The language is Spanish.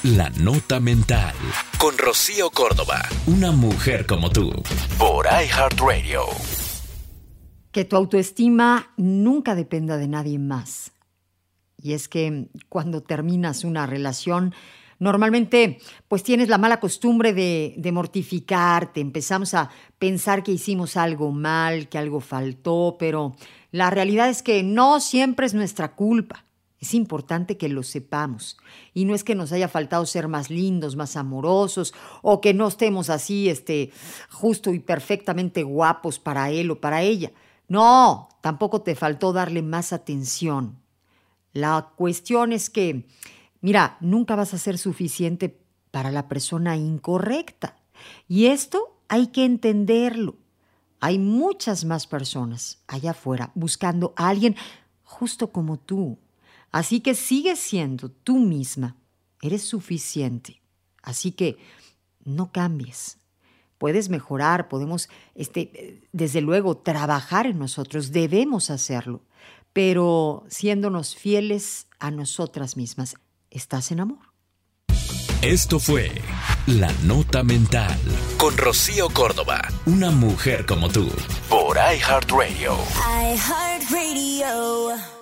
La Nota Mental, con Rocío Córdoba, una mujer como tú, por iHeartRadio. Que tu autoestima nunca dependa de nadie más. Y es que cuando terminas una relación, normalmente pues tienes la mala costumbre de mortificarte. Empezamos a pensar que hicimos algo mal, que algo faltó, pero la realidad es que no siempre es nuestra culpa. Es importante que lo sepamos. Y no es que nos haya faltado ser más lindos, más amorosos, o que no estemos así, justo y perfectamente guapos para él o para ella. No, tampoco te faltó darle más atención. La cuestión es que, mira, nunca vas a ser suficiente para la persona incorrecta. Y esto hay que entenderlo. Hay muchas más personas allá afuera buscando a alguien justo como tú. Así que sigue siendo tú misma. Eres suficiente. Así que no cambies. Puedes mejorar, podemos, desde luego, trabajar en nosotros. Debemos hacerlo. Pero siéndonos fieles a nosotras mismas. ¿Estás en amor? Esto fue La Nota Mental, con Rocío Córdoba, una mujer como tú, por iHeartRadio. iHeartRadio.